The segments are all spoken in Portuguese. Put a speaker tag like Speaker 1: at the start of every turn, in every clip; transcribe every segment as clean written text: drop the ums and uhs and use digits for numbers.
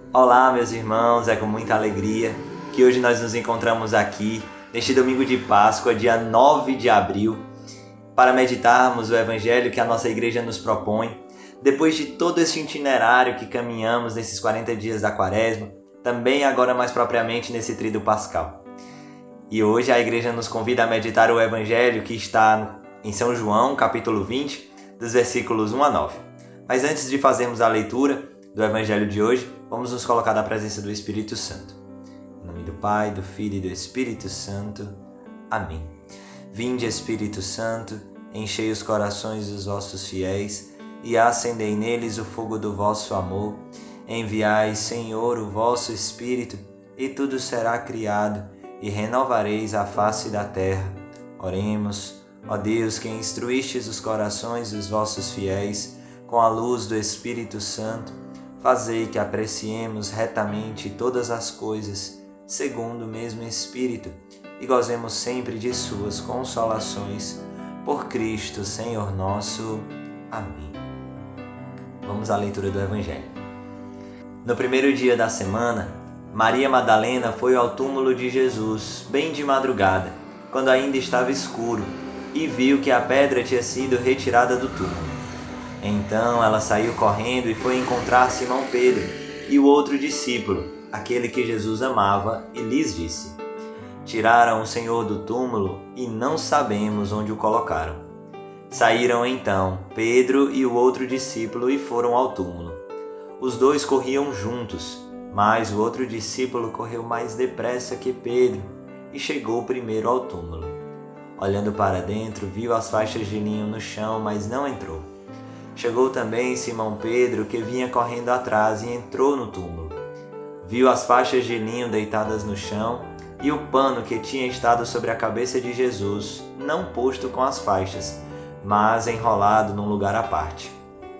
Speaker 1: Olá, meus irmãos, é com muita alegria que hoje nós nos encontramos aqui, neste domingo de Páscoa, dia 9 de abril, para meditarmos o Evangelho que a nossa igreja nos propõe, depois de todo esse itinerário que caminhamos nesses 40 dias da Quaresma, também agora mais propriamente nesse tríduo pascal. E hoje a igreja nos convida a meditar o Evangelho que está em São João, capítulo 20, dos versículos 1 a 9. Mas antes de fazermos a leitura do Evangelho de hoje, vamos nos colocar na presença do Espírito Santo. Em nome do Pai, do Filho e do Espírito Santo. Amém. Vinde, Espírito Santo, enchei os corações dos vossos fiéis e acendei neles o fogo do vosso amor. Enviai, Senhor, o vosso Espírito, e tudo será criado, e renovareis a face da terra. Oremos. Ó Deus, que instruístes os corações dos vossos fiéis com a luz do Espírito Santo, fazei que apreciemos retamente todas as coisas, segundo o mesmo Espírito, e gozemos sempre de suas consolações. Por Cristo, Senhor nosso. Amém. Vamos à leitura do Evangelho. No primeiro dia da semana, Maria Madalena foi ao túmulo de Jesus, bem de madrugada, quando ainda estava escuro, e viu que a pedra tinha sido retirada do túmulo. Então ela saiu correndo e foi encontrar Simão Pedro e o outro discípulo, aquele que Jesus amava, e lhes disse: Tiraram o Senhor do túmulo e não sabemos onde o colocaram. Saíram então Pedro e o outro discípulo e foram ao túmulo. Os dois corriam juntos, mas o outro discípulo correu mais depressa que Pedro e chegou primeiro ao túmulo. Olhando para dentro, viu as faixas de linho no chão, mas não entrou. Chegou também Simão Pedro, que vinha correndo atrás, e entrou no túmulo. Viu as faixas de linho deitadas no chão e o pano que tinha estado sobre a cabeça de Jesus, não posto com as faixas, mas enrolado num lugar à parte.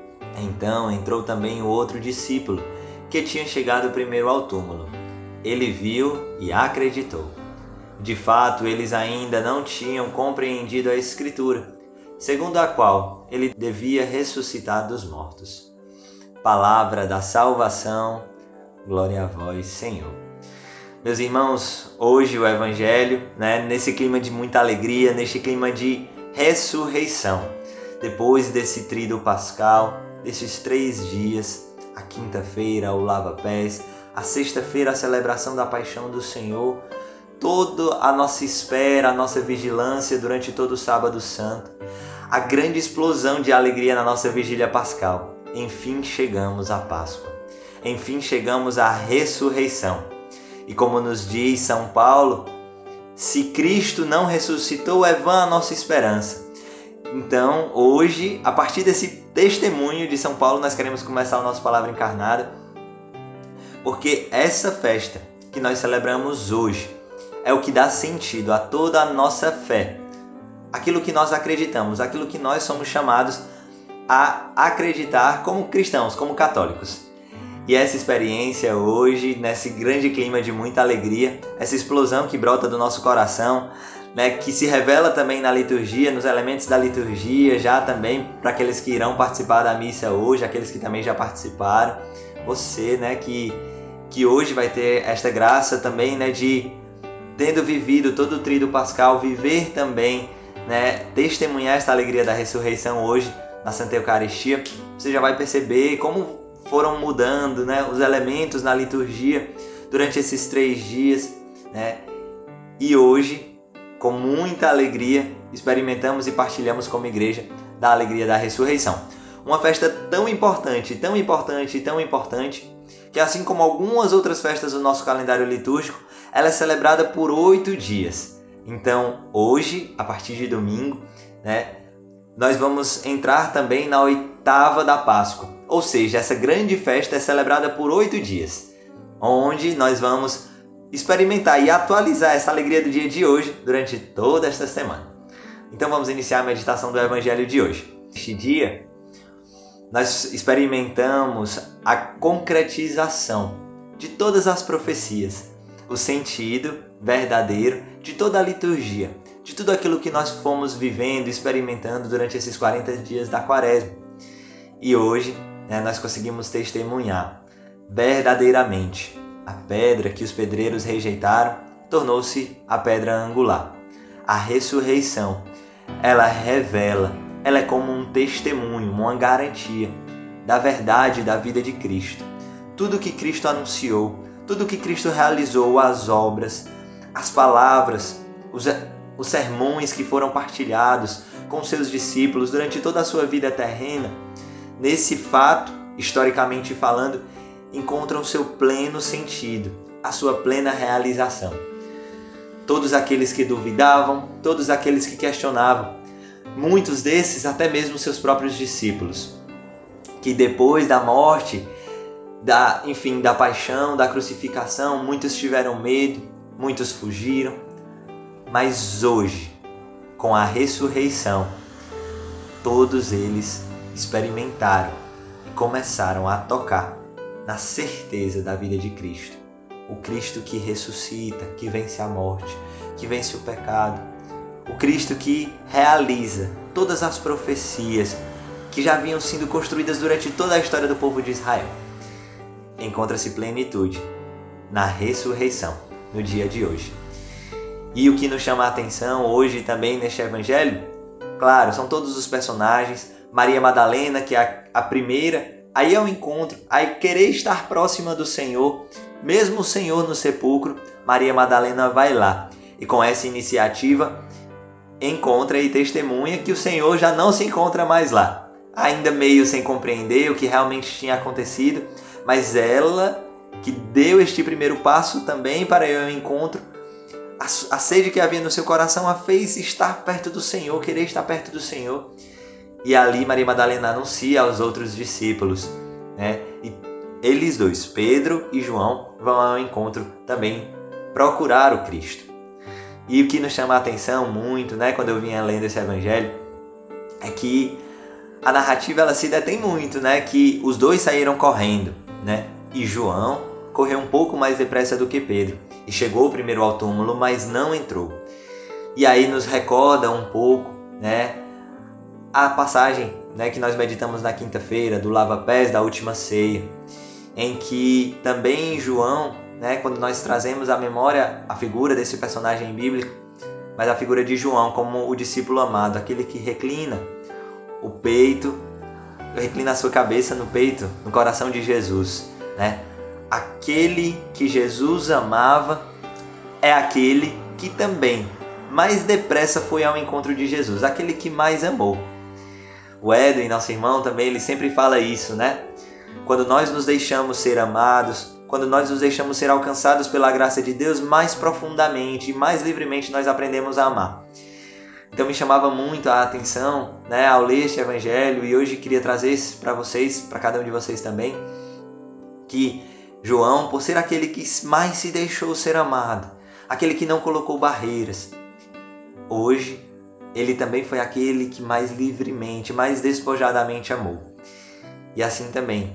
Speaker 1: Então entrou também o outro discípulo, que tinha chegado primeiro ao túmulo. Ele viu e acreditou. De fato, eles ainda não tinham compreendido a Escritura, segundo a qual ele devia ressuscitar dos mortos. Palavra da salvação, glória a vós, Senhor. Meus irmãos, hoje o Evangelho, nesse clima de muita alegria, neste clima de ressurreição, depois desse tríduo pascal, desses 3 dias, a quinta-feira o lava-pés, a sexta-feira a celebração da paixão do Senhor, toda a nossa espera, a nossa vigilância durante todo o sábado santo, a grande explosão de alegria na nossa vigília pascal. Enfim chegamos à Páscoa. Enfim chegamos à ressurreição. E como nos diz São Paulo, se Cristo não ressuscitou, é vã a nossa esperança. Então, hoje, a partir desse testemunho de São Paulo, nós queremos começar o nosso Palavra Encarnada, porque essa festa que nós celebramos hoje é o que dá sentido a toda a nossa fé. Aquilo que nós acreditamos, aquilo que nós somos chamados a acreditar como cristãos, como católicos. E essa experiência hoje, nesse grande clima de muita alegria, essa explosão que brota do nosso coração, que se revela também na liturgia, nos elementos da liturgia, já também para aqueles que irão participar da missa hoje, aqueles que também já participaram. Você, que hoje vai ter esta graça também, de, tendo vivido todo o tríduo pascal, viver também, testemunhar esta alegria da ressurreição hoje na Santa Eucaristia. Você já vai perceber como foram mudando, os elementos na liturgia durante esses 3 dias, E hoje, com muita alegria, experimentamos e partilhamos como igreja da alegria da ressurreição. Uma festa tão importante, tão importante, tão importante, que assim como algumas outras festas do nosso calendário litúrgico, ela é celebrada por 8 dias. Então, hoje, a partir de domingo, nós vamos entrar também na 8ª da Páscoa. Ou seja, essa grande festa é celebrada por 8 dias, onde nós vamos experimentar e atualizar essa alegria do dia de hoje durante toda esta semana. Então vamos iniciar a meditação do Evangelho de hoje. Neste dia, nós experimentamos a concretização de todas as profecias, o sentido verdadeiro de toda a liturgia, de tudo aquilo que nós fomos vivendo, experimentando durante esses 40 dias da Quaresma. E hoje, nós conseguimos testemunhar Verdadeiramente, a pedra que os pedreiros rejeitaram tornou-se a pedra angular. A ressurreição, ela revela, ela é como um testemunho, uma garantia da verdade da vida de Cristo. Tudo que Cristo anunciou, tudo que Cristo realizou, as obras, as palavras, os sermões que foram partilhados com seus discípulos durante toda a sua vida terrena, nesse fato, historicamente falando, encontram seu pleno sentido, a sua plena realização. Todos aqueles que duvidavam, todos aqueles que questionavam, muitos desses até mesmo seus próprios discípulos, que depois da morte, da paixão, da crucificação, muitos tiveram medo, muitos fugiram, mas hoje, com a ressurreição, todos eles experimentaram e começaram a tocar na certeza da vida de Cristo. O Cristo que ressuscita, que vence a morte, que vence o pecado. O Cristo que realiza todas as profecias que já haviam sido construídas durante toda a história do povo de Israel. Encontra-se plenitude na ressurreição, no dia de hoje. E o que nos chama a atenção hoje também neste evangelho, claro, são todos os personagens. Maria Madalena, que é a primeira, aí é o encontro, aí querer estar próxima do Senhor, mesmo o Senhor no sepulcro, Maria Madalena vai lá. E com essa iniciativa, encontra e testemunha que o Senhor já não se encontra mais lá. Ainda meio sem compreender o que realmente tinha acontecido, mas ela que deu este primeiro passo também para o encontro, a sede que havia no seu coração a fez estar perto do Senhor, querer estar perto do Senhor. E ali Maria Madalena anuncia aos outros discípulos, né? E eles dois, Pedro e João, vão ao encontro também procurar o Cristo. E o que nos chama a atenção muito, né, quando eu vinha lendo esse evangelho, é que a narrativa ela se detém muito, né, que os dois saíram correndo, né, e João correu um pouco mais depressa do que Pedro e chegou primeiro ao túmulo, mas não entrou. E aí nos recorda um pouco, né, a passagem, né, que nós meditamos na quinta-feira do lava-pés da última ceia, em que também João, né, quando nós trazemos à memória a figura desse personagem bíblico, mas a figura de João como o discípulo amado, aquele que reclina o peito, reclina a sua cabeça no peito, no coração de Jesus, né? Aquele que Jesus amava é aquele que também mais depressa foi ao encontro de Jesus, aquele que mais amou. O Edwin, nosso irmão, também, ele sempre fala isso, né? Quando nós nos deixamos ser amados, quando nós nos deixamos ser alcançados pela graça de Deus, mais profundamente e mais livremente nós aprendemos a amar. Então me chamava muito a atenção, né, ao ler este evangelho, e hoje queria trazer para vocês, para cada um de vocês também, que João, por ser aquele que mais se deixou ser amado, aquele que não colocou barreiras, hoje ele também foi aquele que mais livremente, mais despojadamente amou. E assim também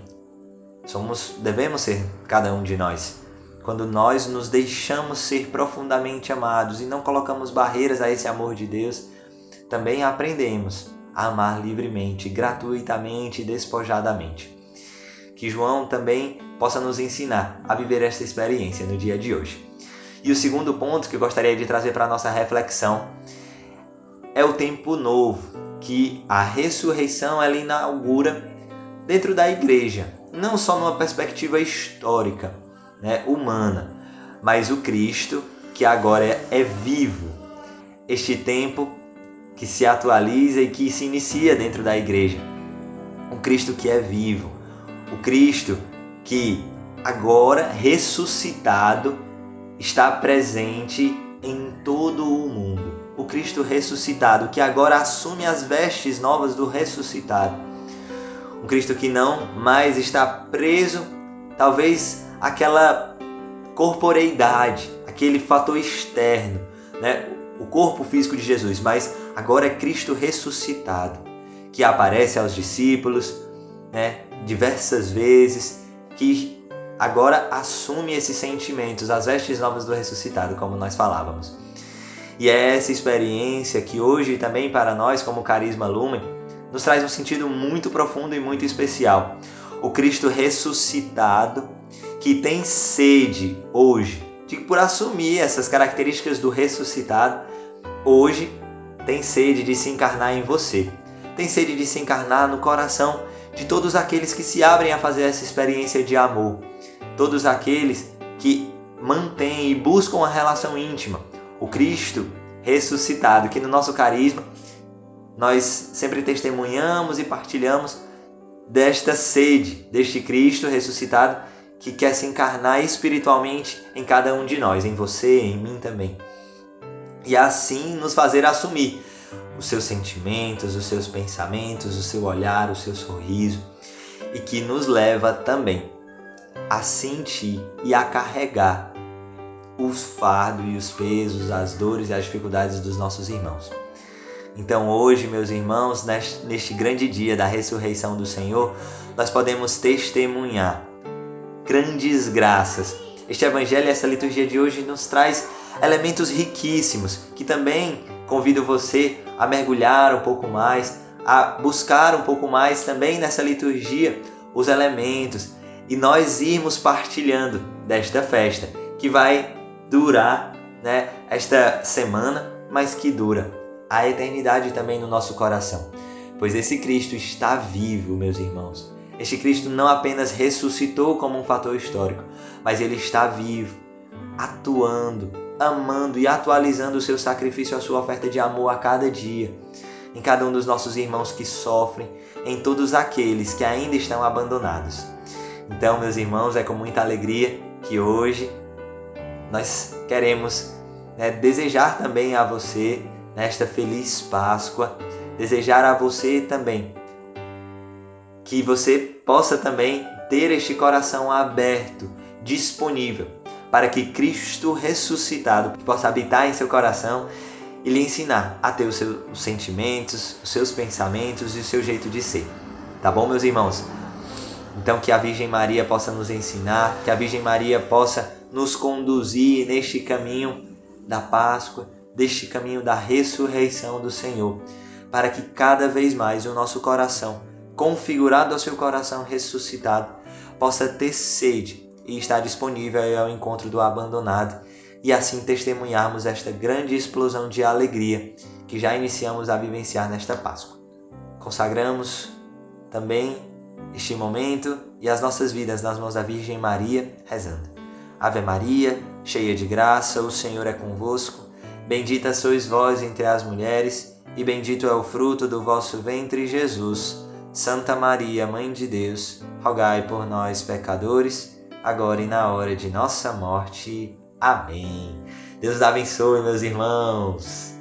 Speaker 1: devemos ser cada um de nós. Quando nós nos deixamos ser profundamente amados e não colocamos barreiras a esse amor de Deus, também aprendemos a amar livremente, gratuitamente e despojadamente. Que João também possa nos ensinar a viver esta experiência no dia de hoje. E o segundo ponto que eu gostaria de trazer para a nossa reflexão é o tempo novo que a ressurreição ela inaugura dentro da igreja, não só numa perspectiva histórica, né, humana, mas o Cristo que agora é vivo. Este tempo que se atualiza e que se inicia dentro da igreja. O Cristo que é vivo, o Cristo que agora ressuscitado está presente em todo o mundo. O Cristo ressuscitado que agora assume as vestes novas do ressuscitado. Um Cristo que não mais está preso, talvez, àquela corporeidade, aquele fator externo, né? O corpo físico de Jesus, mas agora é Cristo ressuscitado, que aparece aos discípulos, né, diversas vezes, que agora assume esses sentimentos, as vestes novas do ressuscitado, como nós falávamos. E é essa experiência que hoje também para nós, como Carisma Lumen, nos traz um sentido muito profundo e muito especial. O Cristo ressuscitado que tem sede hoje, por assumir essas características do ressuscitado, hoje tem sede de se encarnar em você. Tem sede de se encarnar no coração de todos aqueles que se abrem a fazer essa experiência de amor. Todos aqueles que mantêm e buscam uma relação íntima. O Cristo ressuscitado, que no nosso carisma nós sempre testemunhamos e partilhamos desta sede, deste Cristo ressuscitado que quer se encarnar espiritualmente em cada um de nós, em você, em mim também. E assim nos fazer assumir os seus sentimentos, os seus pensamentos, o seu olhar, o seu sorriso, e que nos leva também a sentir e a carregar os fardos e os pesos, as dores e as dificuldades dos nossos irmãos. Então hoje, meus irmãos, neste grande dia da ressurreição do Senhor, nós podemos testemunhar grandes graças. Este Evangelho e essa liturgia de hoje nos traz elementos riquíssimos, que também convido você a mergulhar um pouco mais, a buscar um pouco mais também nessa liturgia os elementos e nós irmos partilhando desta festa que vai durar, esta semana, mas que dura a eternidade também no nosso coração. Pois esse Cristo está vivo, meus irmãos. Este Cristo não apenas ressuscitou como um fator histórico, mas ele está vivo, atuando, amando e atualizando o seu sacrifício, a sua oferta de amor a cada dia, em cada um dos nossos irmãos que sofrem, em todos aqueles que ainda estão abandonados. Então, meus irmãos, é com muita alegria que hoje nós queremos desejar também a você, nesta feliz Páscoa, desejar a você também que você possa também ter este coração aberto, disponível, para que Cristo ressuscitado possa habitar em seu coração e lhe ensinar a ter os seus sentimentos, os seus pensamentos e o seu jeito de ser. Tá bom, meus irmãos? Então que a Virgem Maria possa nos ensinar, que a Virgem Maria possa nos conduzir neste caminho da Páscoa, deste caminho da ressurreição do Senhor, para que cada vez mais o nosso coração, configurado ao seu coração ressuscitado, possa ter sede e estar disponível ao encontro do abandonado e assim testemunharmos esta grande explosão de alegria que já iniciamos a vivenciar nesta Páscoa. Consagramos também este momento e as nossas vidas nas mãos da Virgem Maria, rezando. Ave Maria, cheia de graça, o Senhor é convosco. Bendita sois vós entre as mulheres e bendito é o fruto do vosso ventre, Jesus. Santa Maria, Mãe de Deus, rogai por nós, pecadores, agora e na hora de nossa morte. Amém. Deus abençoe, meus irmãos.